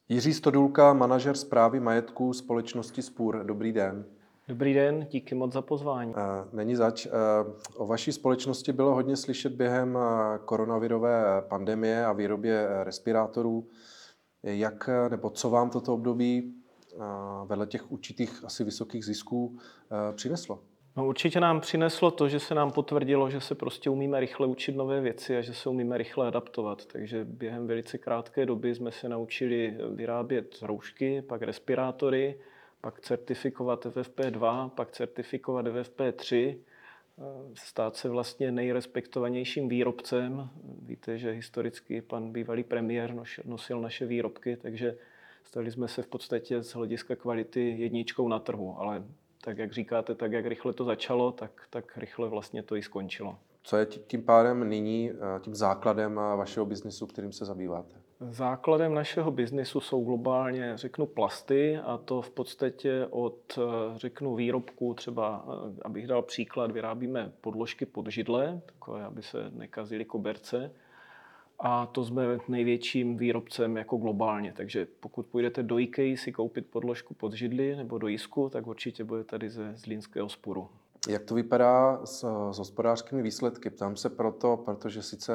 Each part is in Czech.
Jiří Stodulka, manažer správy majetku společnosti Spur. Dobrý den. Dobrý den, díky moc za pozvání. Není zač. O vaší společnosti bylo hodně slyšet během koronavirové pandemie a výrobě respirátorů. Jak nebo co vám toto období vedle těch určitých asi vysokých zisků přineslo? No, určitě nám přineslo to, že se nám potvrdilo, že se prostě umíme rychle učit nové věci a že se umíme rychle adaptovat. Takže během velice krátké doby jsme se naučili vyrábět roušky, pak respirátory, pak certifikovat FFP2, pak certifikovat FFP3, stát se vlastně nejrespektovanějším výrobcem. Víte, že historicky pan bývalý premiér nosil naše výrobky, takže stali jsme se v podstatě z hlediska kvality jedničkou na trhu, ale tak, jak říkáte, tak, jak rychle to začalo, tak rychle vlastně to i skončilo. Co je tím pádem nyní tím základem vašeho biznesu, kterým se zabýváte? Základem našeho biznisu jsou globálně, řeknu, plasty, a to v podstatě od, řeknu, výrobků, třeba, abych dal příklad, vyrábíme podložky pod židle, takové, aby se nekazily koberce. A to jsme největším výrobcem jako globálně. Takže pokud půjdete do IKEA si koupit podložku pod židli nebo do Jisku, tak určitě bude tady ze zlínského Spuru. Jak to vypadá s hospodářskými výsledky? Ptám se protože sice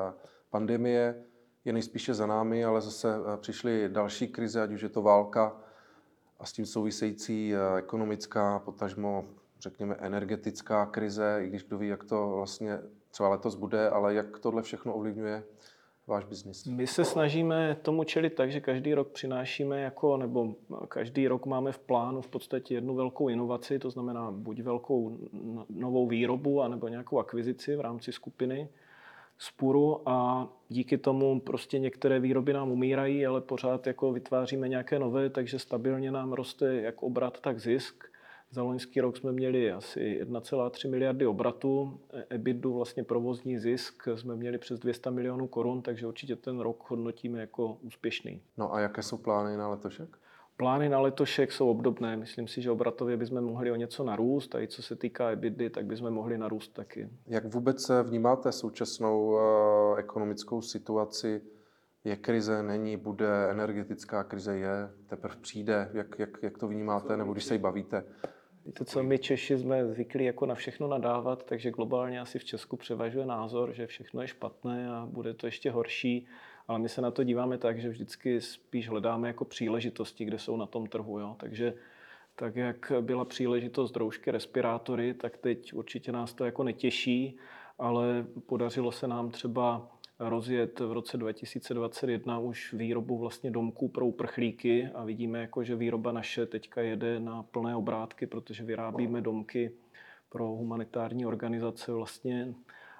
pandemie je nejspíše za námi, ale zase přišly další krize, ať už je to válka a s tím související ekonomická, potažmo, řekněme, energetická krize, i když kdo ví, jak to vlastně třeba letos bude, ale jak tohle všechno ovlivňuje váš biznis? My se snažíme tomu čelit tak, že každý rok přinášíme nebo každý rok máme v plánu v podstatě jednu velkou inovaci, to znamená buď velkou novou výrobu, anebo nějakou akvizici v rámci skupiny Spuru, a díky tomu prostě některé výroby nám umírají, ale pořád jako vytváříme nějaké nové, takže stabilně nám roste jak obrat, tak zisk. Za loňský rok jsme měli asi 1,3 miliardy obratu, EBITDA, vlastně provozní zisk, jsme měli přes 200 milionů korun, takže určitě ten rok hodnotíme jako úspěšný. No a jaké jsou plány na letošek? Plány na letošek jsou obdobné. Myslím si, že obratově bychom mohli o něco narůst, a i co se týká EBITDA, tak bychom mohli narůst taky. Jak vůbec vnímáte současnou ekonomickou situaci? Je krize, není, bude, energetická krize je, teprve přijde? Jak to vnímáte, nebo když se jí bavíte? Víte co, my Češi jsme zvyklí jako na všechno nadávat, takže globálně asi v Česku převažuje názor, že všechno je špatné a bude to ještě horší. Ale my se na to díváme tak, že vždycky spíš hledáme jako příležitosti, kde jsou na tom trhu. Jo? Takže tak, jak byla příležitost roušky, respirátory, tak teď určitě nás to jako netěší, ale podařilo se nám třeba rozjet v roce 2021 už výrobu vlastně domků pro uprchlíky a vidíme, jako, že výroba naše teďka jede na plné obrátky, protože vyrábíme domky pro humanitární organizace vlastně.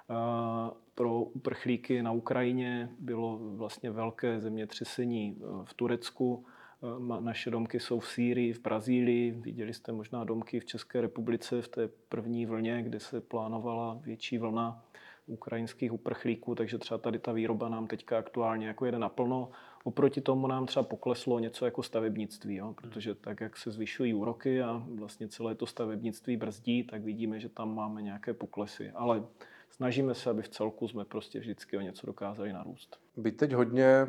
Pro uprchlíky na Ukrajině bylo vlastně velké zemětřesení v Turecku. Naše domky jsou v Sýrii, v Brazílii. Viděli jste možná domky v České republice v té první vlně, kde se plánovala větší vlna ukrajinských uprchlíků, takže třeba tady ta výroba nám teďka aktuálně jako jede naplno. Oproti tomu nám třeba pokleslo něco jako stavebnictví, jo? Protože tak, jak se zvyšují úroky a vlastně celé to stavebnictví brzdí, tak vidíme, že tam máme nějaké poklesy. Ale snažíme se, aby v celku jsme prostě vždycky o něco dokázali narůst. Vy teď hodně,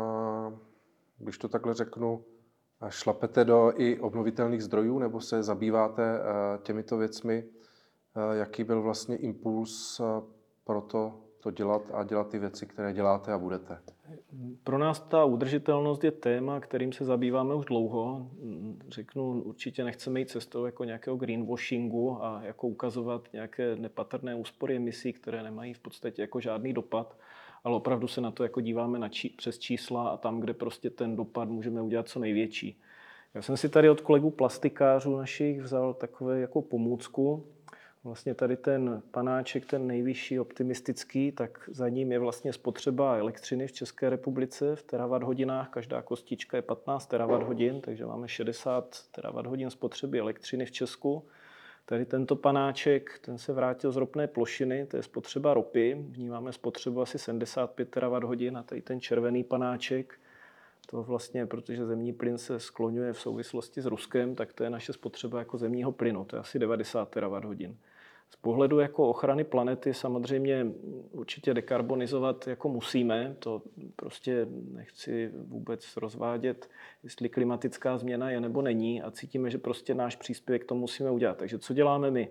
když to takhle řeknu, šlapete do i obnovitelných zdrojů, nebo se zabýváte těmito věcmi? Jaký byl vlastně impuls pro to dělat a dělat ty věci, které děláte a budete? Pro nás ta udržitelnost je téma, kterým se zabýváme už dlouho. Řeknu, určitě nechceme jít cestou jako nějakého greenwashingu a jako ukazovat nějaké nepatrné úspory emisí, které nemají v podstatě jako žádný dopad, ale opravdu se na to jako díváme přes čísla a tam, kde prostě ten dopad můžeme udělat co největší. Já jsem si tady od kolegů plastikářů našich vzal takové jako pomůcku. Vlastně tady ten panáček, ten nejvyšší optimistický, tak za ním je vlastně spotřeba elektřiny v České republice v terawatt-hodinách. Každá kostička je 15 terawatt-hodin, takže máme 60 terawatt-hodin spotřeby elektřiny v Česku. Tady tento panáček, ten se vrátil z ropné plošiny, to je spotřeba ropy. V ní máme spotřebu asi 75 terawatt-hodin a tady ten červený panáček, to vlastně, protože zemní plyn se skloňuje v souvislosti s Ruskem, tak to je naše spotřeba jako zemního plynu, to je asi 90 terawatt-hodin. Z pohledu jako ochrany planety samozřejmě určitě dekarbonizovat jako musíme, to prostě nechci vůbec rozvádět, jestli klimatická změna je nebo není a cítíme, že prostě náš příspěvek to musíme udělat. Takže co děláme my?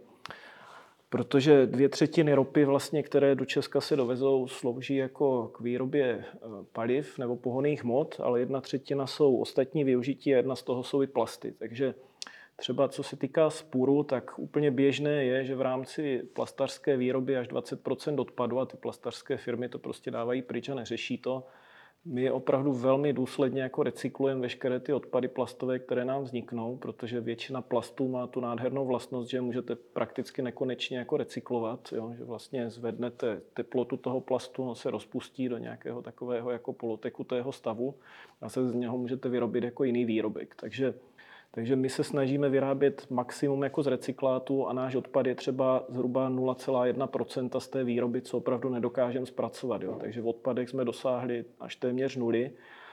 Protože 2/3 ropy, vlastně, které do Česka se dovezou, slouží jako k výrobě paliv nebo pohonných hmot, ale 1/3 jsou ostatní využití a jedna z toho jsou i plasty. Takže třeba co se týká spůru, tak úplně běžné je, že v rámci plastařské výroby až 20% odpadu, a ty plastařské firmy to prostě dávají pryč a neřeší to. My opravdu velmi důsledně jako recyklujeme veškeré ty odpady plastové, které nám vzniknou, protože většina plastů má tu nádhernou vlastnost, že můžete prakticky nekonečně jako recyklovat, jo? Že vlastně zvednete teplotu toho plastu, on se rozpustí do nějakého takového jako polotekutého stavu a se z něho můžete vyrobit jako jiný výrobek. Takže my se snažíme vyrábět maximum jako z recyklátu a náš odpad je třeba zhruba 0,1% z té výroby, co opravdu nedokážeme zpracovat. Jo. Takže v odpadech jsme dosáhli až téměř nuly.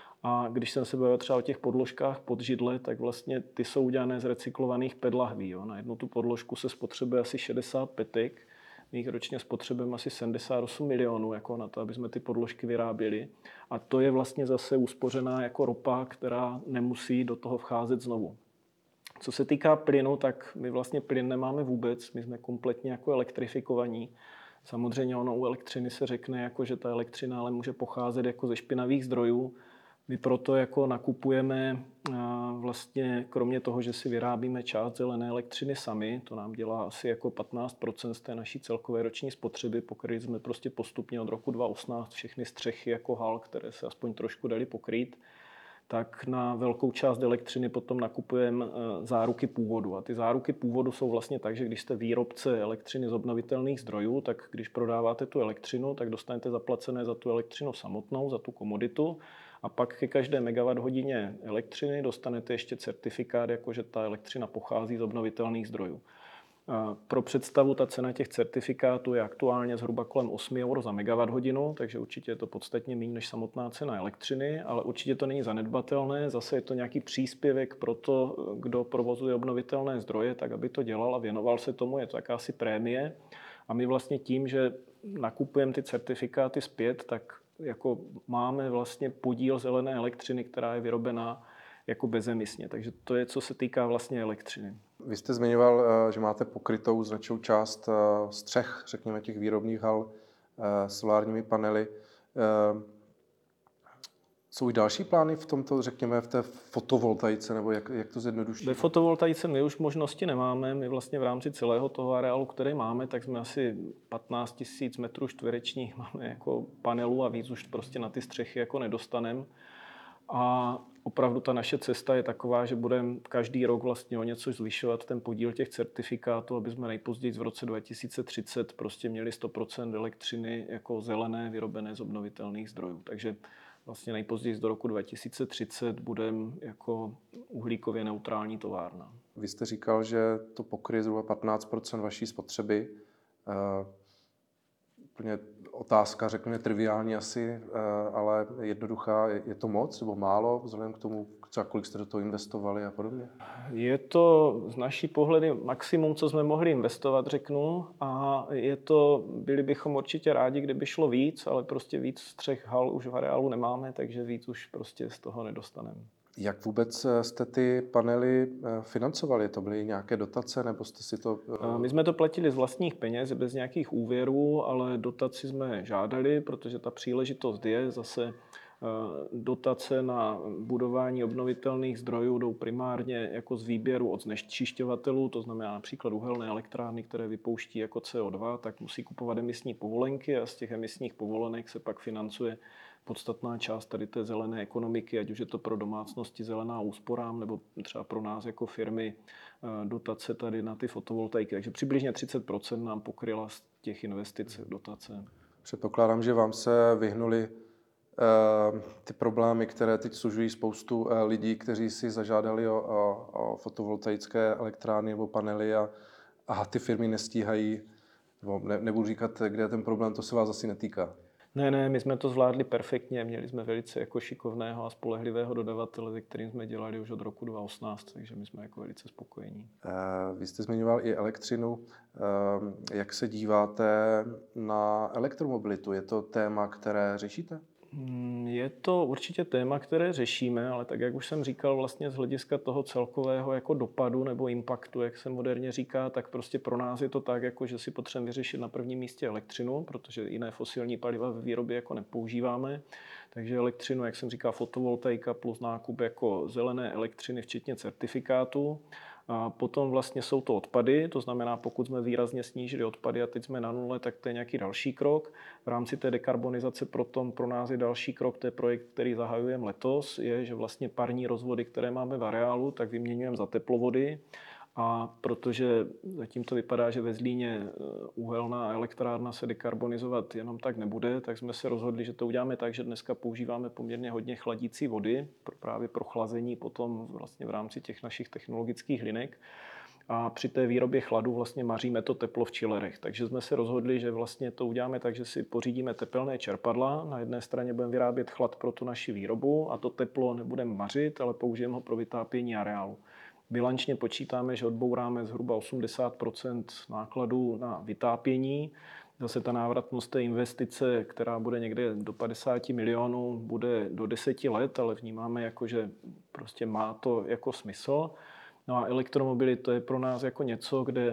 A když jsem se bavil třeba o těch podložkách pod židle, tak vlastně ty jsou udělané z recyklovaných PET lahví. Jo. Na jednu tu podložku se spotřebuje asi 60 petek. My jich ročně spotřebujeme asi 78 milionů jako na to, aby jsme ty podložky vyráběli. A to je vlastně zase uspořená jako ropa, která nemusí do toho vcházet znovu. Co se týká plynu, tak my vlastně plyn nemáme vůbec, my jsme kompletně jako elektrifikovaní. Samozřejmě ono u elektřiny se řekne, jako, že ta elektřina ale může pocházet jako ze špinavých zdrojů. My proto jako nakupujeme vlastně, kromě toho, že si vyrábíme část zelené elektřiny sami, to nám dělá asi jako 15% z té naší celkové roční spotřeby, pokryli jsme prostě postupně od roku 2018 všechny střechy jako hal, které se aspoň trošku daly pokrýt, tak na velkou část elektřiny potom nakupujeme záruky původu. A ty záruky původu jsou vlastně tak, že když jste výrobce elektřiny z obnovitelných zdrojů, tak když prodáváte tu elektřinu, tak dostanete zaplacené za tu elektřinu samotnou, za tu komoditu. A pak ke každé megawatt-hodině elektřiny dostanete ještě certifikát, jako že ta elektřina pochází z obnovitelných zdrojů. Pro představu, ta cena těch certifikátů je aktuálně zhruba kolem 8 € za megawatt-hodinu, takže určitě je to podstatně méně než samotná cena elektřiny, ale určitě to není zanedbatelné. Zase je to nějaký příspěvek pro to, kdo provozuje obnovitelné zdroje, tak aby to dělal a věnoval se tomu, je to jakási prémie. A my vlastně tím, že nakupujeme ty certifikáty zpět, tak jako máme vlastně podíl zelené elektřiny, která je vyrobená jako bezemisně. Takže to je, co se týká vlastně elektřiny. Vy jste zmiňoval, že máte pokrytou značnou část střech, řekněme, těch výrobních hal solárními panely. Jsou i další plány v tomto, řekněme, v té fotovoltaice, nebo jak to zjednodušit? Ve fotovoltaice my už možnosti nemáme. My vlastně v rámci celého toho areálu, který máme, tak jsme asi 15 000 metrů čtverečních máme jako panelů a víc už prostě na ty střechy jako nedostaneme. A opravdu ta naše cesta je taková, že budeme každý rok vlastně o něco zvyšovat ten podíl těch certifikátů, aby jsme nejpozději v roce 2030 prostě měli 100% elektřiny jako zelené, vyrobené z obnovitelných zdrojů. Takže vlastně nejpozději do roku 2030 budeme jako uhlíkově neutrální továrna. Vy jste říkal, že to pokryje zhruba 15% vaší spotřeby. Úplně otázka, řekněme, triviální asi, ale jednoduchá. Je to moc nebo málo vzhledem k tomu, třeba kolik jste do toho investovali a podobně? Je to z naší pohledy maximum, co jsme mohli investovat, řeknu. A byli bychom určitě rádi, kdyby šlo víc, ale prostě víc střech hal už v areálu nemáme, takže víc už prostě z toho nedostaneme. Jak vůbec jste ty panely financovali? To byly nějaké dotace, nebo jste si to... My jsme to platili z vlastních peněz, bez nějakých úvěrů, ale dotaci jsme žádali, protože ta příležitost je zase dotace na budování obnovitelných zdrojů jdou primárně jako z výběru od znečišťovatelů, to znamená například uhelné elektrárny, které vypouští jako CO2, tak musí kupovat emisní povolenky a z těch emisních povolenek se pak financuje podstatná část tady té zelené ekonomiky, ať už je to pro domácnosti zelená úsporám, nebo třeba pro nás jako firmy dotace tady na ty fotovoltaiky. Takže přibližně 30% nám pokryla z těch investic dotace. Předpokládám, že vám se vyhnuli ty problémy, které teď sužují spoustu lidí, kteří si zažádali o fotovoltaické elektrárny nebo panely a ty firmy nestíhají, nebo nebudu říkat, kde je ten problém, to se vás asi netýká. Ne, my jsme to zvládli perfektně, měli jsme velice jako šikovného a spolehlivého dodavatele, se kterým jsme dělali už od roku 2018, takže my jsme jako velice spokojení. Vy jste zmiňoval i elektřinu. Jak se díváte na elektromobilitu? Je to téma, které řešíte? Je to určitě téma, které řešíme, ale tak, jak už jsem říkal, vlastně z hlediska toho celkového jako dopadu nebo impaktu, jak se moderně říká, tak prostě pro nás je to tak, jako že si potřebujeme vyřešit na prvním místě elektřinu, protože jiné fosilní paliva ve výrobě jako nepoužíváme. Takže elektřinu, jak jsem říkal, fotovoltaika plus nákup jako zelené elektřiny, včetně certifikátu. A potom vlastně jsou to odpady, to znamená, pokud jsme výrazně snížili odpady a teď jsme na nule, tak to je nějaký další krok. V rámci té dekarbonizace potom pro nás je další krok, to je projekt, který zahajujeme letos, je, že vlastně parní rozvody, které máme v areálu, tak vyměňujeme za teplovody. A protože zatím to vypadá, že ve Zlíně uhelná elektrárna se dekarbonizovat jenom tak nebude, tak jsme se rozhodli, že to uděláme tak, že dneska používáme poměrně hodně chladící vody právě pro chlazení potom vlastně v rámci těch našich technologických linek. A při té výrobě chladu vlastně maříme to teplo v chillerech. Takže jsme se rozhodli, že vlastně to uděláme tak, že si pořídíme tepelné čerpadla. Na jedné straně budeme vyrábět chlad pro tu naši výrobu a to teplo nebudeme mařit, ale použijeme ho pro vytápění areálu. Bilančně počítáme, že odbouráme zhruba 80% nákladů na vytápění. Zase ta návratnost té investice, která bude někde do 50 milionů, bude do 10 let, ale vnímáme jako, že prostě má to jako smysl. No a elektromobily to je pro nás jako něco, kde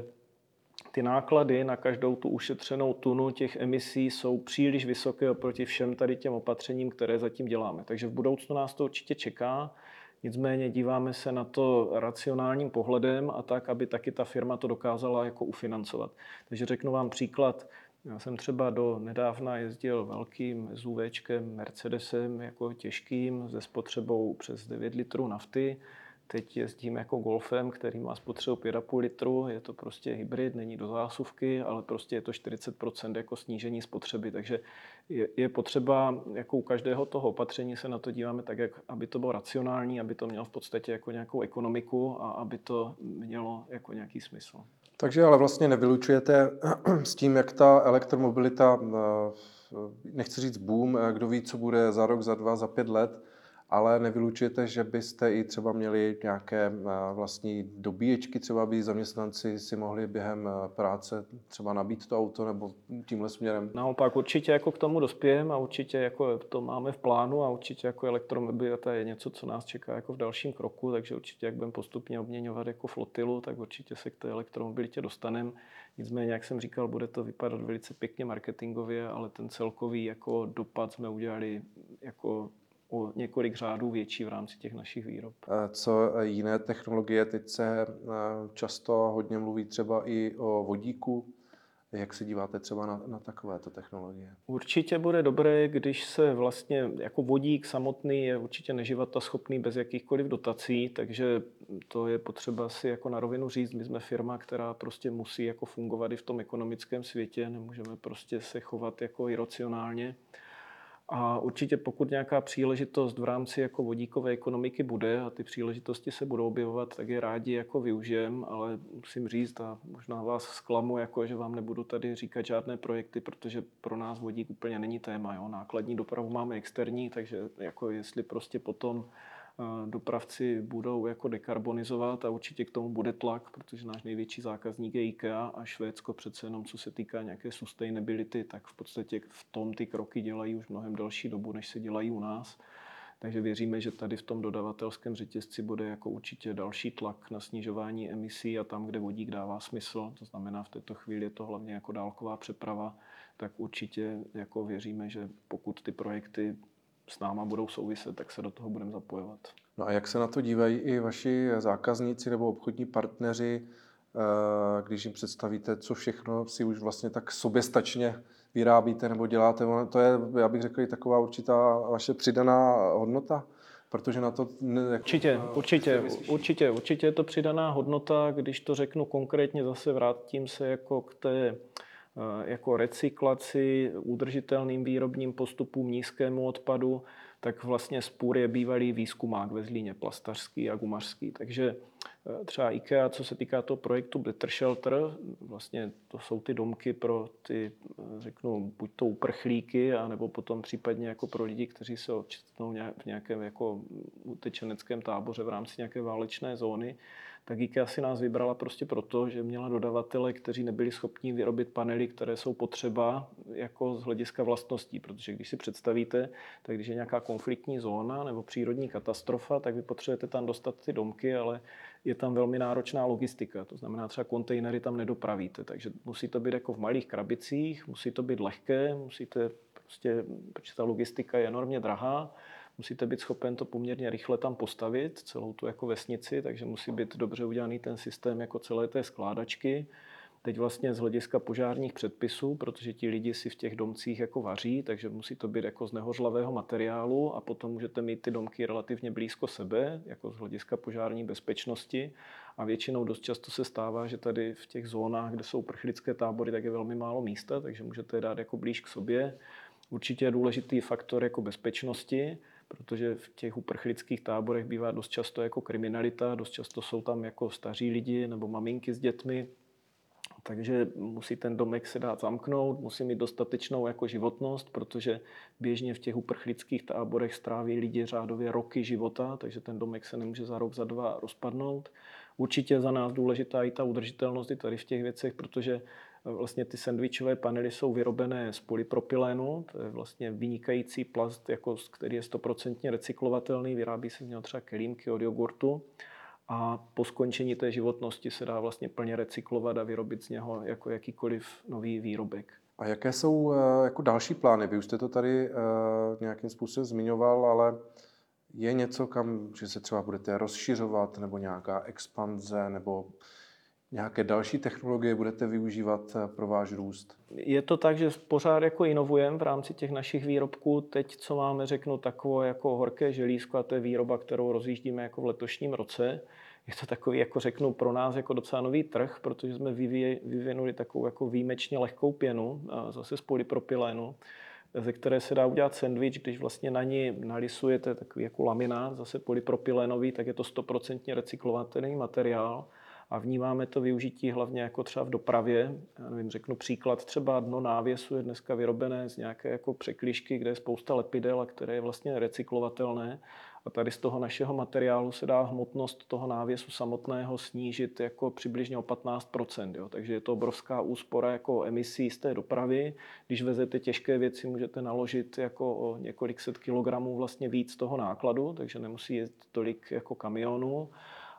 ty náklady na každou tu ušetřenou tunu těch emisí jsou příliš vysoké oproti všem tady těm opatřením, které zatím děláme. Takže v budoucnu nás to určitě čeká. Nicméně díváme se na to racionálním pohledem a tak, aby taky ta firma to dokázala jako ufinancovat. Takže řeknu vám příklad. Já jsem třeba do nedávna jezdil velkým SUVčkem Mercedesem jako těžkým se spotřebou přes 9 litrů nafty. Teď jezdím jako Golfem, který má spotřebu 5,5 litru. Je to prostě hybrid, není do zásuvky, ale prostě je to 40% jako snížení spotřeby. Takže je potřeba, jako u každého toho opatření se na to díváme tak, jak, aby to bylo racionální, aby to mělo v podstatě jako nějakou ekonomiku a aby to mělo jako nějaký smysl. Takže ale vlastně nevylučujete s tím, jak ta elektromobilita, nechci říct boom, kdo ví, co bude za rok, za 2, za 5 let, ale nevylučujete, že byste i třeba měli nějaké vlastní dobíječky, třeba by zaměstnanci si mohli během práce třeba nabít to auto nebo tímhle směrem? Naopak určitě jako k tomu dospějeme a určitě jako to máme v plánu a určitě jako elektromobilita je něco, co nás čeká jako v dalším kroku, takže určitě jak budeme postupně obměňovat jako flotilu, tak určitě se k té elektromobilitě dostaneme. Nicméně, jak jsem říkal, bude to vypadat velice pěkně marketingově, ale ten celkový jako dopad jsme udělali jako o několik řádů větší v rámci těch našich výrob. Co jiné technologie? Teď se často hodně mluví třeba i o vodíku. Jak se díváte třeba na takovéto technologie? Určitě bude dobré, když se vlastně jako vodík samotný je určitě neživotaschopný bez jakýchkoliv dotací, takže to je potřeba si jako na rovinu říct. My jsme firma, která prostě musí jako fungovat i v tom ekonomickém světě, nemůžeme prostě se chovat jako iracionálně. A určitě pokud nějaká příležitost v rámci jako vodíkové ekonomiky bude a ty příležitosti se budou objevovat, tak je rádi jako využijem, ale musím říct a možná vás zklamu, jako že vám nebudu tady říkat žádné projekty, protože pro nás vodík úplně není téma. Jo? Nákladní dopravu máme externí, takže jako jestli prostě potom dopravci budou jako dekarbonizovat a určitě k tomu bude tlak, protože náš největší zákazník je IKEA a Švédsko přece jenom co se týká nějaké sustainability, tak v podstatě v tom ty kroky dělají už mnohem delší dobu, než se dělají u nás. Takže věříme, že tady v tom dodavatelském řetězci bude jako určitě další tlak na snižování emisí a tam, kde vodík dává smysl, to znamená v této chvíli je to hlavně jako dálková přeprava, tak určitě jako věříme, že pokud ty projekty s náma budou souviset, tak se do toho budeme zapojovat. No a jak se na to dívají i vaši zákazníci nebo obchodní partneři, když jim představíte, co všechno si už vlastně tak soběstačně vyrábíte nebo děláte? To je, já bych řekl, i taková určitá vaše přidaná hodnota, protože na to... Určitě je to přidaná hodnota, když to řeknu konkrétně, zase vrátím se jako k té jako recyklaci, udržitelným výrobním postupům, nízkému odpadu, tak vlastně SPUR je bývalý výzkumák ve Zlíně, plastařský a gumařský. Takže třeba IKEA, co se týká toho projektu Better Shelter, vlastně to jsou ty domky pro ty, řeknu, buď to uprchlíky, anebo potom případně jako pro lidi, kteří se ocitnou v nějakém jako utečeneckém táboře v rámci nějaké válečné zóny, tak IKEA si nás vybrala prostě proto, že měla dodavatele, kteří nebyli schopni vyrobit panely, které jsou potřeba jako z hlediska vlastností, protože když si představíte, tak když je nějaká konfliktní zóna nebo přírodní katastrofa, tak vy potřebujete tam dostat ty domky, ale je tam velmi náročná logistika, to znamená třeba kontejnery tam nedopravíte, takže musí to být jako v malých krabicích, musí to být lehké, musíte prostě, protože ta logistika je enormně drahá, musíte být schopen to poměrně rychle tam postavit, celou tu jako vesnici, takže musí být dobře udělaný ten systém jako celé té skládačky. Teď vlastně z hlediska požárních předpisů, protože ti lidi si v těch domcích jako vaří, takže musí to být jako z nehořlavého materiálu a potom můžete mít ty domky relativně blízko sebe, jako z hlediska požární bezpečnosti. A většinou dost často se stává, že tady v těch zónách, kde jsou uprchlické tábory, tak je velmi málo místa, takže můžete je dát jako blíž k sobě. Určitě je důležitý faktor jako bezpečnosti, protože v těch uprchlických táborech bývá dost často jako kriminalita, dost často jsou tam jako staří lidi nebo maminky s dětmi, takže musí ten domek se dát zamknout, musí mít dostatečnou jako životnost, protože běžně v těch uprchlických táborech stráví lidi řádově roky života, takže ten domek se nemůže za rok, za dva rozpadnout. Určitě za nás důležitá i ta udržitelnost i tady v těch věcech, protože vlastně ty sendvičové panely jsou vyrobené z polypropylénu, to je vlastně vynikající plast, jako, který je 100% recyklovatelný, vyrábí se z něho třeba kelímky od jogurtu. A po skončení té životnosti se dá vlastně plně recyklovat a vyrobit z něho jako jakýkoliv nový výrobek. A jaké jsou jako další plány? Vy už jste to tady nějakým způsobem zmiňoval, ale je něco, kam, že se třeba budete rozšiřovat, nebo nějaká expanze, nebo nějaké další technologie budete využívat pro váš růst? Je to tak, že pořád jako inovujeme v rámci těch našich výrobků. Teď, co máme, řeknu, takové jako horké želízko, a to je výroba, kterou rozjíždíme jako v letošním roce. Je to takový, jako řeknu, pro nás jako docela nový trh, protože jsme vyvinuli takovou jako výjimečně lehkou pěnu, zase z polypropylénu, ze které se dá udělat sendvič, když vlastně na ní nalisujete takový jako laminát, zase polypropylénový, tak je to 100% recyklovatelný materiál. A vnímáme to využití hlavně jako třeba v dopravě. Já nevím, řeknu příklad, třeba dno návěsu je dneska vyrobené z nějaké jako překližky, kde je spousta lepidel a které je vlastně recyklovatelné. A tady z toho našeho materiálu se dá hmotnost toho návěsu samotného snížit jako přibližně o 15%. Jo. Takže je to obrovská úspora jako emisí z té dopravy. Když vezete těžké věci, můžete naložit jako o několik set kilogramů vlastně víc toho nákladu, takže nemusí jít tolik jako kamionů.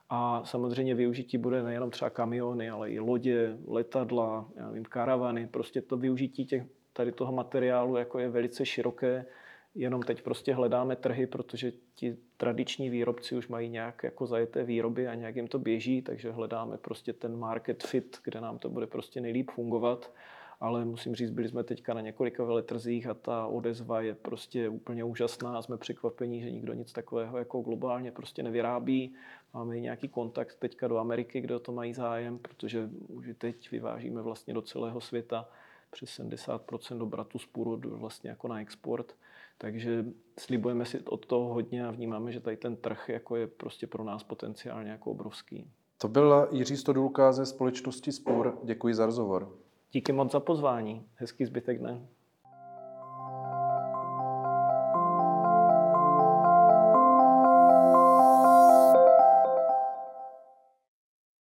A samozřejmě využití bude nejenom třeba kamiony, ale i lodě, letadla, já nevím, karavany. Prostě to využití tady toho materiálu jako je velice široké. Jenom teď prostě hledáme trhy, protože ti tradiční výrobci už mají nějak jako zajeté výroby a nějak jim to běží, takže hledáme prostě ten market fit, kde nám to bude prostě nejlíp fungovat. Ale musím říct, byli jsme teďka na několika veletrzích a ta odezva je prostě úplně úžasná a jsme překvapení, že nikdo nic takového jako globálně prostě nevyrábí. Máme i nějaký kontakt teďka do Ameriky, kde o to mají zájem, protože už teď vyvážíme vlastně do celého světa přes 70% obratu z půrodu vlastně jako na export. Takže slibujeme si od toho hodně a vnímáme, že tady ten trh jako je prostě pro nás potenciálně jako obrovský. To byl Jiří Stodulka ze společnosti Spur. Děkuji za rozhovor. Díky moc za pozvání. Hezký zbytek dne.